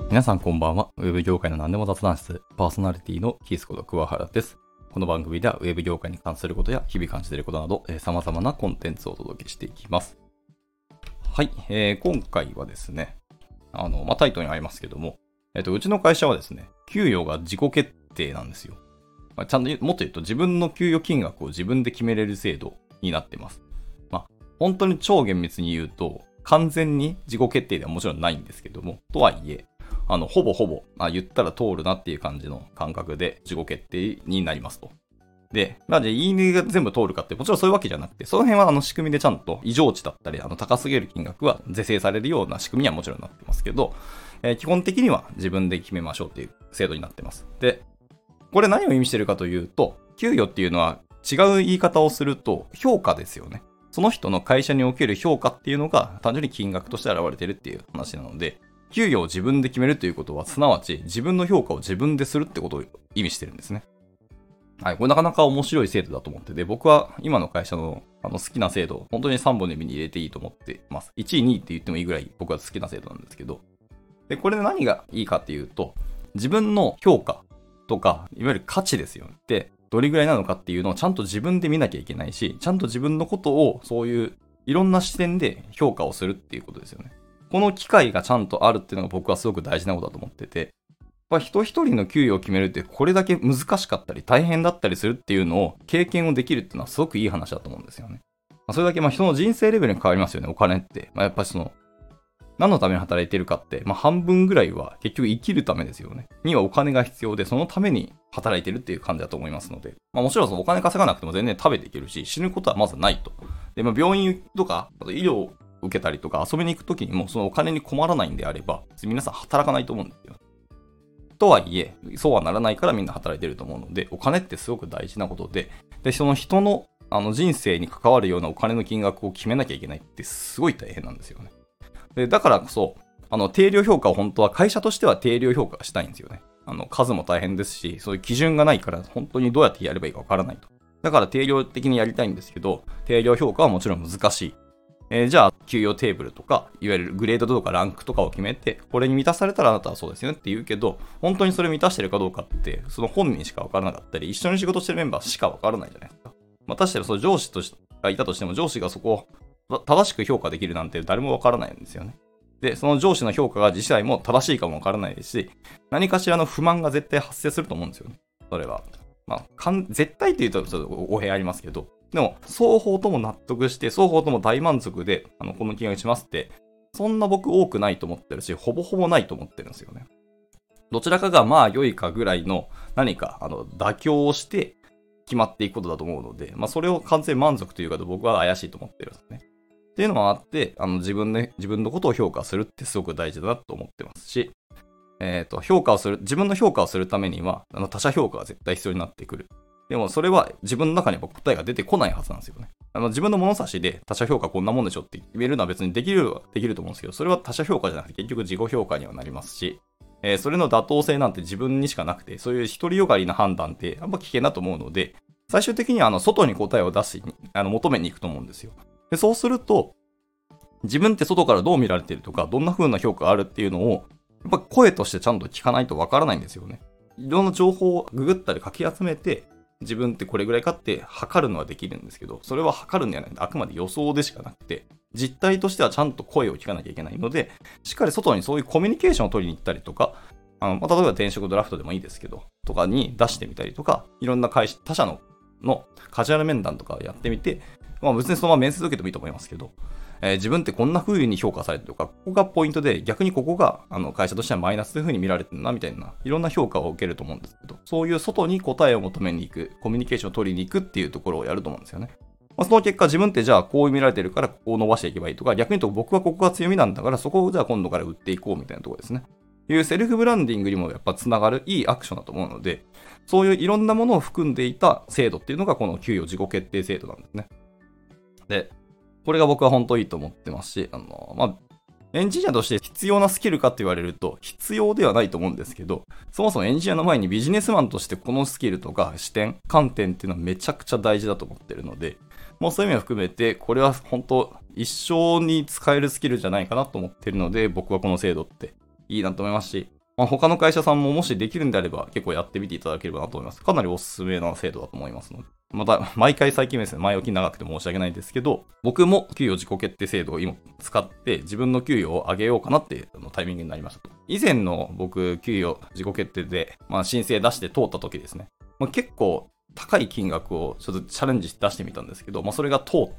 皆さんこんばんは。ウェブ業界の何でも雑談室、パーソナリティのキースこと桑原です。この番組ではウェブ業界に関することや日々感じていることなど、様々なコンテンツをお届けしていきます。はい、今回はですね、タイトルにありますけども、うちの会社はですね、給与が自己決定なんですよ。ちゃんともっと言うと自分の給与金額を自分で決めれる制度になっています。本当に超厳密に言うと、完全に自己決定ではもちろんないんですけども、とはいえ、ほぼ言ったら通るなっていう感じの感覚で自己決定になりますと。で、じゃあ言い値が全部通るかって、もちろんそういうわけじゃなくて、その辺は仕組みでちゃんと異常値だったり、高すぎる金額は是正されるような仕組みにはもちろんなってますけど、基本的には自分で決めましょうっていう制度になってます。で、これ何を意味してるかというと、給与っていうのは違う言い方をすると評価ですよね。その人の会社における評価っていうのが単純に金額として現れてるっていう話なので、給与を自分で決めるということは、すなわち自分の評価を自分でするってことを意味してるんですね。はい、これなかなか面白い制度だと思ってて、僕は今の会社の好きな制度、本当に3本の指に入れていいと思ってます。1位、2位って言ってもいいぐらい僕は好きな制度なんですけど、で、これで何がいいかっていうと、自分の評価とか、いわゆる価値ですよね。で、どれぐらいなのかっていうのをちゃんと自分で見なきゃいけないし、ちゃんと自分のことをそういういろんな視点で評価をするっていうことですよね。この機会がちゃんとあるっていうのが僕はすごく大事なことだと思ってて、人一人の給与を決めるってこれだけ難しかったり大変だったりするっていうのを経験をできるっていうのはすごくいい話だと思うんですよね。それだけ人の人生レベルに変わりますよね、お金って。やっぱり何のために働いてるかって、半分ぐらいは結局生きるためですよね。にはお金が必要で、そのために働いてるっていう感じだと思いますので、もちろんお金稼がなくても全然食べていけるし、死ぬことはまずないと。で、病院とか、あと医療を受けたりとか遊びに行くときにもそのお金に困らないんであれば、皆さん働かないと思うんですよ。とはいえ、そうはならないからみんな働いてると思うので、お金ってすごく大事なことで、その人の人生に関わるようなお金の金額を決めなきゃいけないってすごい大変なんですよね。で、だからこそ、定量評価を本当は会社としては定量評価したいんですよね。数も大変ですし、そういう基準がないから本当にどうやってやればいいかわからないと。だから定量的にやりたいんですけど、定量評価はもちろん難しい。じゃあ、給与テーブルとか、いわゆるグレードとかランクとかを決めて、これに満たされたらあなたはそうですよねって言うけど、本当にそれ満たしてるかどうかって、その本人しかわからなかったり、一緒に仕事してるメンバーしかわからないじゃないですか。確かにその上司がいたとしても、上司がそこを正しく評価できるなんて誰もわからないんですよね。で、その上司の評価が実際も正しいかもわからないですし、何かしらの不満が絶対発生すると思うんですよね。それは。絶対って言うとちょっと語弊ありますけど、でも、双方とも納得して、双方とも大満足で、この金額しますって、そんな僕多くないと思ってるし、ほぼほぼないと思ってるんですよね。どちらかが良いかぐらいの何か、妥協をして決まっていくことだと思うので、それを完全満足というか僕は怪しいと思ってるんですね。っていうのもあって、自分のことを評価するってすごく大事だなと思ってますし、自分の評価をするためには、他者評価が絶対必要になってくる。でもそれは自分の中には答えが出てこないはずなんですよね。自分の物差しで他者評価こんなもんでしょって決めるのは別にできると思うんですけど、それは他者評価じゃなくて結局自己評価にはなりますし、それの妥当性なんて自分にしかなくて、そういう独りよがりな判断ってあんま危険だと思うので、最終的には外に答えを出し、求めに行くと思うんですよ。で、そうすると、自分って外からどう見られてるとか、どんな風な評価があるっていうのを、やっぱ声としてちゃんと聞かないとわからないんですよね。いろんな情報をググったりかき集めて、自分ってこれぐらいかって測るのはできるんですけど、それは測るんではない。あくまで予想でしかなくて、実態としてはちゃんと声を聞かなきゃいけないので、しっかり外にそういうコミュニケーションを取りに行ったりとか、例えば転職ドラフトでもいいですけど、とかに出してみたりとか、いろんな他社のカジュアル面談とかやってみて、別にそのまま面接受けてもいいと思いますけど、自分ってこんな風に評価されてるとか、ここがポイントで、逆にここが会社としてはマイナスという風に見られてるなみたいな、いろんな評価を受けると思うんですけど、そういう外に答えを求めに行く、コミュニケーションを取りに行くっていうところをやると思うんですよね。その結果、自分ってじゃあこう見られてるからここを伸ばしていけばいいとか、逆に言うと僕はここが強みなんだからそこをじゃあ今度から売っていこうみたいなところですね。いうセルフブランディングにもやっぱつながるいいアクションだと思うので、そういういろんなものを含んでいた制度っていうのがこの給与自己決定制度なんですね。で、これが僕は本当にいいと思ってますし、エンジニアとして必要なスキルかって言われると必要ではないと思うんですけど、そもそもエンジニアの前にビジネスマンとしてこのスキルとか視点、観点っていうのはめちゃくちゃ大事だと思ってるので、もうそういう意味を含めて、これは本当一生に使えるスキルじゃないかなと思ってるので、僕はこの制度っていいなと思いますし、 他の会社さんももしできるんであれば結構やってみていただければなと思います。かなりおすすめな制度だと思いますので。また、毎回最近ですね、前置き長くて申し訳ないんですけど、僕も給与自己決定制度を今使って自分の給与を上げようかなっていうタイミングになりましたと。以前の僕、給与自己決定で、申請出して通った時ですね、結構高い金額をちょっとチャレンジして出してみたんですけど、それが通って、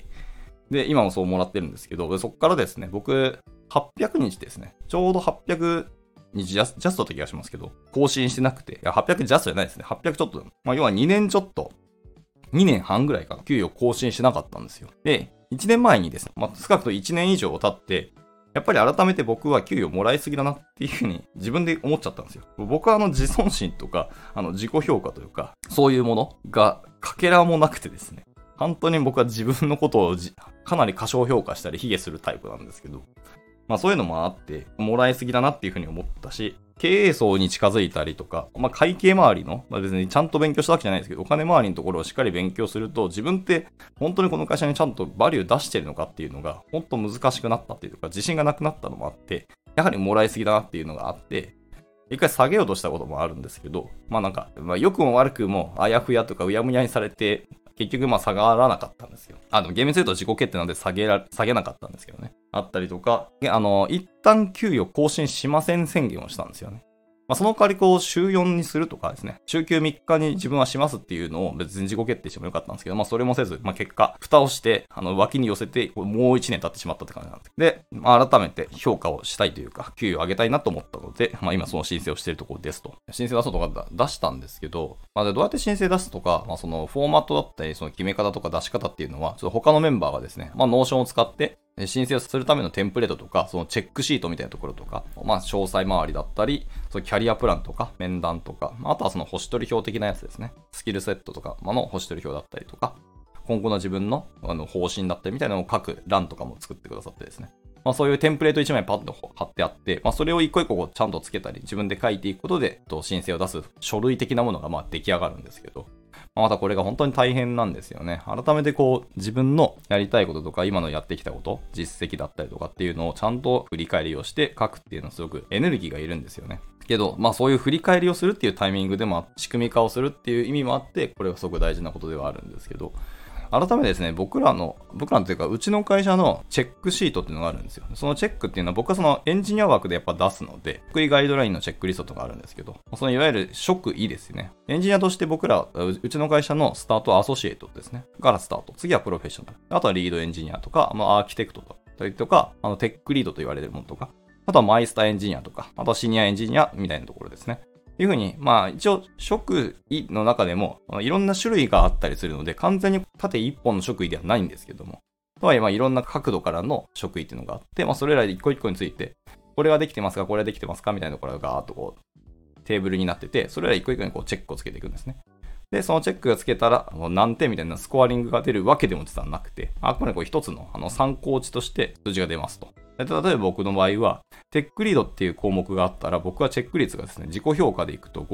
で、今もそうもらってるんですけど、そこからですね、僕、800日ですね、ちょうど800日ジャストだった気がしますけど、更新してなくて、いや、800ジャストじゃないですね、800ちょっと、要は2年ちょっと、2年半ぐらいかな、給与更新してなかったんですよ。で、1年前にですね、少なくとも1年以上経って、やっぱり改めて僕は給与もらいすぎだなっていうふうに自分で思っちゃったんですよ。僕は自尊心とか、自己評価というか、そういうものがかけらもなくてですね、本当に僕は自分のことをかなり過小評価したり卑下するタイプなんですけど、そういうのもあって、もらいすぎだなっていうふうに思ったし、経営層に近づいたりとか、会計周りの、別にちゃんと勉強したわけじゃないですけど、お金周りのところをしっかり勉強すると、自分って本当にこの会社にちゃんとバリュー出してるのかっていうのが、本当難しくなったっていうか、自信がなくなったのもあって、やはりもらいすぎだなっていうのがあって、一回下げようとしたこともあるんですけど、良くも悪くも、あやふやとかうやむやにされて、結局下がらなかったんですよ。厳密に言うと自己決定なので下げなかったんですけどね。あったりとか、一旦給与更新しません宣言をしたんですよね。その代わり週4にするとかですね、週休3日に自分はしますっていうのを別に自己決定してもよかったんですけど、それもせず、結果、蓋をして、脇に寄せて、もう1年経ってしまったって感じなんです。で、改めて評価をしたいというか、給与を上げたいなと思ったので、今その申請をしているところですと。申請出そうとか出したんですけど、でどうやって申請出すとか、そのフォーマットだったり、その決め方とか出し方っていうのは、ちょっと他のメンバーがですね、ノーションを使って、申請をするためのテンプレートとか、そのチェックシートみたいなところとか、詳細周りだったり、そのキャリアプランとか、面談とか、あとはその星取り表的なやつですね。スキルセットとかの星取り表だったりとか、今後の自分の方針だったりみたいなのを書く欄とかも作ってくださってですね。そういうテンプレート1枚パッと貼ってあって、それを一個一個ちゃんとつけたり、自分で書いていくことで、申請を出す書類的なものが出来上がるんですけど、またこれが本当に大変なんですよね。改めて自分のやりたいこととか今のやってきたこと、実績だったりとかっていうのをちゃんと振り返りをして書くっていうのはすごくエネルギーがいるんですよね。けど、そういう振り返りをするっていうタイミングでも仕組み化をするっていう意味もあって、これはすごく大事なことではあるんですけど、改めてですね、僕らのというか、うちの会社のチェックシートっていうのがあるんですよ。そのチェックっていうのは僕はそのエンジニア枠でやっぱ出すので、得意ガイドラインのチェックリストとかあるんですけど、そのいわゆる職位ですね。エンジニアとして僕ら、うちの会社のスタートはアソシエイトですね。からスタート。次はプロフェッショナル。あとはリードエンジニアとか、アーキテクトだったりとか、テックリードと言われるものとか、あとはマイスターエンジニアとか、あとはシニアエンジニアみたいなところですね。っていうふうに、一応、職位の中でも、いろんな種類があったりするので、完全に縦一本の職位ではないんですけども、とはいえ、いろんな角度からの職位っていうのがあって、それらで一個一個について、これはできてますか、これはできてますかみたいなところがガーッとテーブルになってて、それら一個一個にチェックをつけていくんですね。で、そのチェックがつけたら、何点みたいなスコアリングが出るわけでも実はなくて、あくまで一つの参考値として数字が出ますと。例えば僕の場合は、テックリードっていう項目があったら、僕はチェック率がですね、自己評価でいくと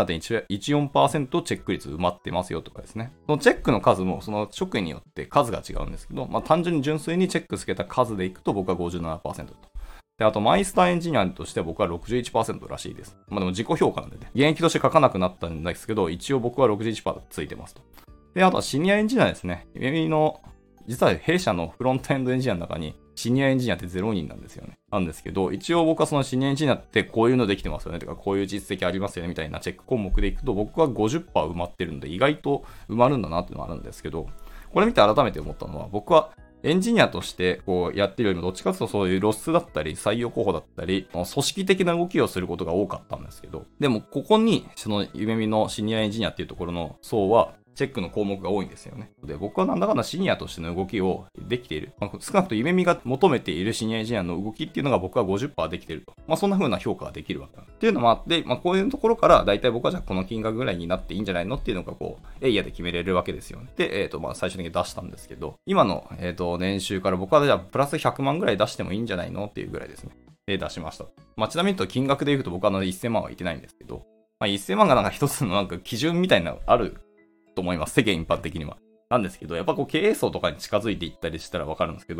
57.14% チェック率埋まってますよとかですね。そのチェックの数も、その職位によって数が違うんですけど、単純に純粋にチェックつけた数でいくと僕は 57% と。で、あと、マイスターエンジニアとしては僕は 61% らしいです。でも自己評価なんでね、現役として書かなくなったんですけど、一応僕は 61% ついてますと。で、あとはシニアエンジニアですね。実は弊社のフロントエンドエンジニアの中に、シニアエンジニアって0人なんですよね。なんですけど、一応僕はそのシニアエンジニアってこういうのできてますよねとか、こういう実績ありますよねみたいなチェック項目でいくと、僕は 50% 埋まってるんで、意外と埋まるんだなっていうのがあるんですけど、これ見て改めて思ったのは、僕はエンジニアとしてやってるよりもどっちかというとそういう露出だったり採用候補だったり組織的な動きをすることが多かったんですけど、でもここにその夢見のシニアエンジニアっていうところの層はチェックの項目が多いんですよね。で、僕はなんだかんだシニアとしての動きをできている。少なくとも夢見が求めているシニアエンジニアの動きっていうのが僕は 50% できていると。そんな風な評価ができるわけなんっていうのもあって、こういうところから大体僕はじゃあこの金額ぐらいになっていいんじゃないのっていうのがエイヤで決めれるわけですよね。で、最終的に出したんですけど、今の、年収から僕はじゃあプラス100万ぐらい出してもいいんじゃないのっていうぐらいですね。で、出しました。ちなみに言うと金額で言うと僕は1000万はいってないんですけど、1000万がなんか一つの基準みたいなのあると思います。世間一般的には。なんですけど、やっぱ経営層とかに近づいていったりしたらわかるんですけど、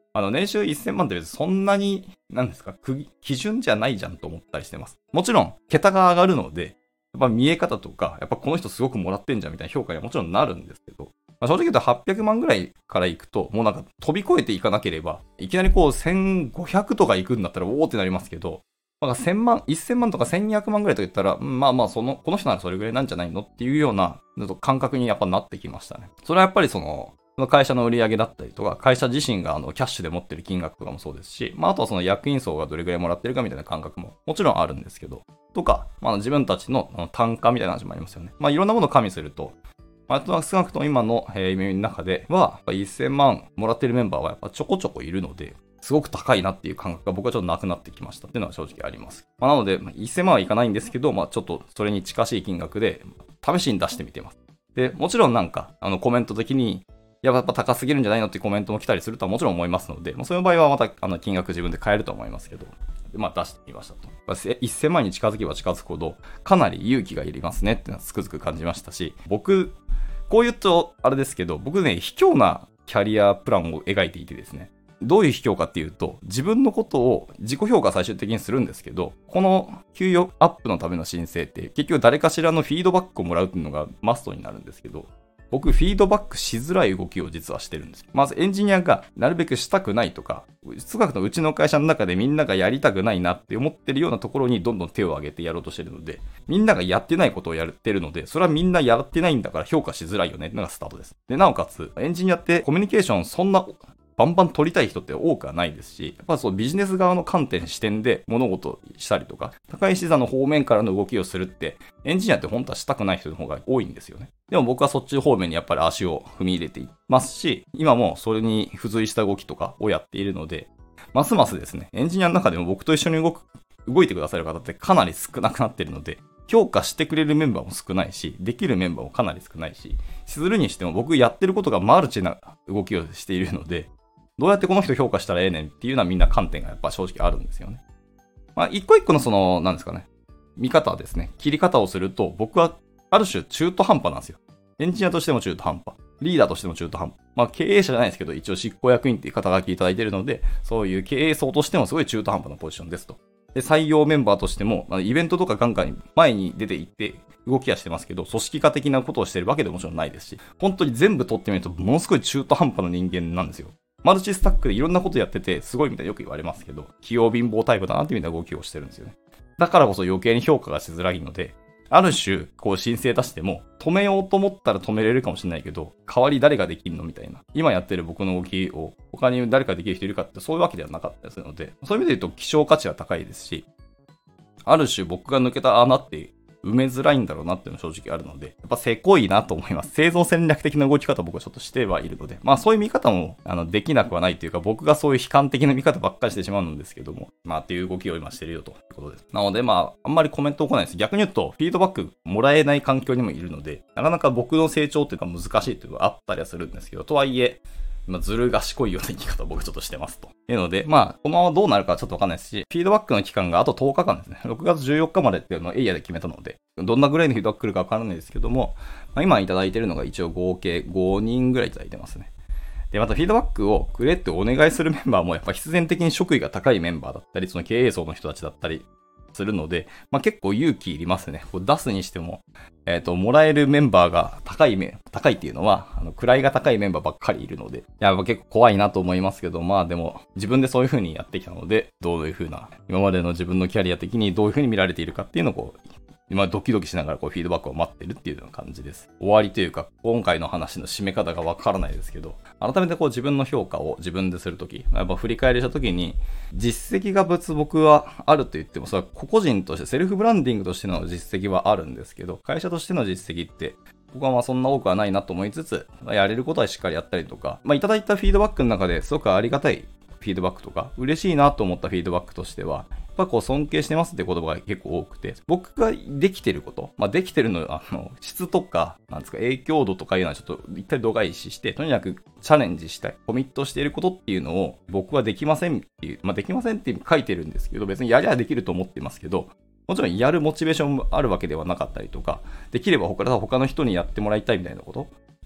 年収1000万って別にそんなに、なんですか、基準じゃないじゃんと思ったりしてます。もちろん、桁が上がるので、やっぱ見え方とか、やっぱこの人すごくもらってんじゃんみたいな評価にはもちろんなるんですけど、正直言うと800万ぐらいからいくと、もうなんか飛び越えていかなければ、いきなりこう1500とかいくんだったらおーってなりますけど、なんか1000万、1000万とか1200万ぐらいと言ったら、まあまあこの人ならそれぐらいなんじゃないのっていうような感覚にやっぱなってきましたね。それはやっぱりその会社の売り上げだったりとか、会社自身がキャッシュで持ってる金額とかもそうですし、まああとはその役員層がどれぐらいもらってるかみたいな感覚ももちろんあるんですけど、とか、まあ自分たちの単価みたいな話もありますよね。まあいろんなものを加味すると、少なくとも今の夢の中では、1000万もらってるメンバーはやっぱちょこちょこいるので、すごく高いなっていう感覚が僕はちょっとなくなってきましたっていうのは正直あります。なので、1000万はいかないんですけど、ちょっとそれに近しい金額で試しに出してみてます。で、もちろんなんか、コメント的に、やっぱ高すぎるんじゃないのってコメントも来たりするとはもちろん思いますので、そういう場合はまた金額自分で変えると思いますけど、出してみましたと。1000万に近づけば近づくほど、かなり勇気がいりますねっていうのはつくづく感じましたし、僕、こう言うとあれですけど、僕ね、卑怯なキャリアプランを描いていてですね、どういう卑怯かっていうと、自分のことを自己評価最終的にするんですけど、この給与アップのための申請って結局誰かしらのフィードバックをもらうっていうのがマストになるんですけど、僕フィードバックしづらい動きを実はしてるんです。まずエンジニアがなるべくしたくないとか、少なくともうちの会社の中でみんながやりたくないなって思ってるようなところにどんどん手を挙げてやろうとしてるので、みんながやってないことをやってるので、それはみんなやってないんだから評価しづらいよねってのがスタートです。で、なおかつ、エンジニアってコミュニケーションそんなバンバン取りたい人って多くはないですし、やっぱそうビジネス側の観点視点で物事をしたりとか、高い資産の方面からの動きをするって、エンジニアって本当はしたくない人の方が多いんですよね。でも僕はそっち方面にやっぱり足を踏み入れていますし、今もそれに付随した動きとかをやっているので、ますますですね、エンジニアの中でも僕と一緒に動いてくださる方ってかなり少なくなっているので、評価してくれるメンバーも少ないし、できるメンバーもかなり少ないし、するにしても僕やってることがマルチな動きをしているので、どうやってこの人評価したらええねんっていうのはみんな観点がやっぱ正直あるんですよね。一個一個のなんですかね、見方ですね、切り方をすると、僕はある種中途半端なんですよ。エンジニアとしても中途半端。リーダーとしても中途半端。経営者じゃないですけど、一応執行役員っていう肩書きいただいているので、そういう経営層としてもすごい中途半端なポジションですと。で、採用メンバーとしても、イベントとかガンガン前に出ていって動きはしてますけど、組織化的なことをしてるわけでもちろんないですし、本当に全部取ってみると、ものすごい中途半端な人間なんですよ。マルチスタックでいろんなことやってて、すごいみたいなよく言われますけど、器用貧乏タイプだなっていうみたいな動きをしてるんですよね。だからこそ余計に評価がしづらいので、ある種、申請出しても、止めようと思ったら止めれるかもしれないけど、代わり誰ができるのみたいな。今やってる僕の動きを、他に誰かできる人いるかって、そういうわけではなかったりするので、そういう意味で言うと、希少価値は高いですし、ある種僕が抜けた穴って埋めづらいんだろうなっていうのが正直あるので、やっぱせこいなと思います。生存戦略的な動き方を僕はちょっとしてはいるので、そういう見方もできなくはないというか、僕がそういう悲観的な見方ばっかりしてしまうんですけども、っていう動きを今してるよということです。なのであんまりコメントを来ないです。逆に言うと、フィードバックもらえない環境にもいるので、なかなか僕の成長っていうのは難しいというのがあったりはするんですけど、とはいえ、ずる賢いような生き方を僕ちょっとしてますと。いうので、このままどうなるかはちょっとわかんないですし、フィードバックの期間があと10日間ですね。6月14日までっていうのをエイヤで決めたので、どんなぐらいのフィードバック来るかわからないですけども、今いただいているのが一応合計5人ぐらいいただいてますね。で、またフィードバックをくれってお願いするメンバーもやっぱ必然的に職位が高いメンバーだったり、その経営層の人たちだったり、するので、結構勇気いりますね。出すにしても、もらえるメンバーが高いっていうのは、位が高いメンバーばっかりいるので、やっぱ結構怖いなと思いますけど、でも、自分でそういう風にやってきたので、どういう風な、今までの自分のキャリア的にどういう風に見られているかっていうのを今ドキドキしながらフィードバックを待ってるっていうような感じです。終わりというか、今回の話の締め方がわからないですけど、改めて自分の評価を自分でするとき、やっぱ振り返りしたときに、実績が僕はあると言っても、それは個々人として、セルフブランディングとしての実績はあるんですけど、会社としての実績って、僕はそんな多くはないなと思いつつ、やれることはしっかりやったりとか、いただいたフィードバックの中ですごくありがたいフィードバックとか、嬉しいなと思ったフィードバックとしては、やっぱ尊敬してますって言葉が結構多くて、僕ができてること、できてるの、質とか、影響度とかいうのはちょっと一回度外視して、とにかくチャレンジしたい、コミットしていることっていうのを僕はできませんっていう、できませんって書いてるんですけど、別にやりゃできると思ってますけど、もちろんやるモチベーションもあるわけではなかったりとか、できれば他の人にやってもらいたいみたいなこと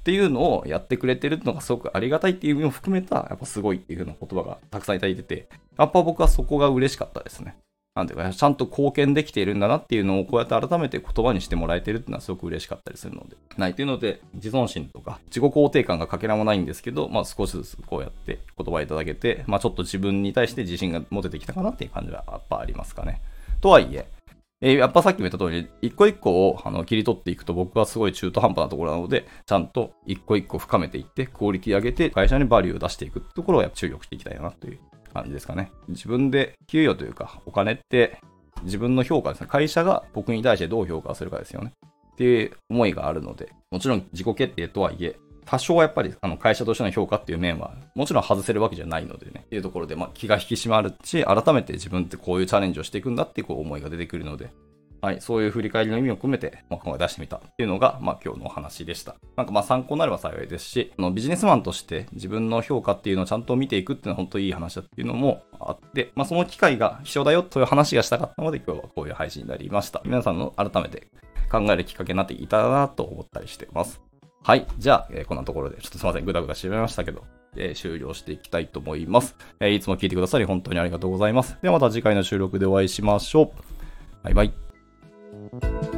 っていうのをやってくれてるのがすごくありがたいっていう意味も含めた、やっぱすごいっていう風な言葉がたくさんいただいてて、やっぱ僕はそこが嬉しかったですね。なんていうか、ちゃんと貢献できているんだなっていうのをこうやって改めて言葉にしてもらえてるっていうのはすごく嬉しかったりするので、ないというので、自尊心とか自己肯定感がかけらもないんですけど、少しずつこうやって言葉いただけて、ちょっと自分に対して自信が持ててきたかなっていう感じはやっぱありますかね。とはいえ、やっぱさっきも言った通り、一個一個を切り取っていくと僕はすごい中途半端なところなので、ちゃんと一個一個深めていって、クオリティ上げて会社にバリューを出していくってところをやっぱ注力していきたいなという感じですかね。自分で給与というか、お金って自分の評価ですね。会社が僕に対してどう評価するかですよね。っていう思いがあるので、もちろん自己決定とはいえ、多少はやっぱり会社としての評価っていう面はもちろん外せるわけじゃないのでねっていうところで気が引き締まるし、改めて自分ってこういうチャレンジをしていくんだっていう思いが出てくるので、はい、そういう振り返りの意味を込めて、今回出してみたっていうのが、今日のお話でした。参考になれば幸いですし、ビジネスマンとして自分の評価っていうのをちゃんと見ていくっていうのは本当にいい話だっていうのもあって、その機会が必要だよという話がしたかったので、今日はこういう配信になりました。皆さんの改めて考えるきっかけになっていたらなと思ったりしています。はい。じゃあ、こんなところで、ちょっとすいません。ぐだぐだしてしまいましたけど、終了していきたいと思います。いつも聞いてくださり本当にありがとうございます。ではまた次回の収録でお会いしましょう。バイバイ。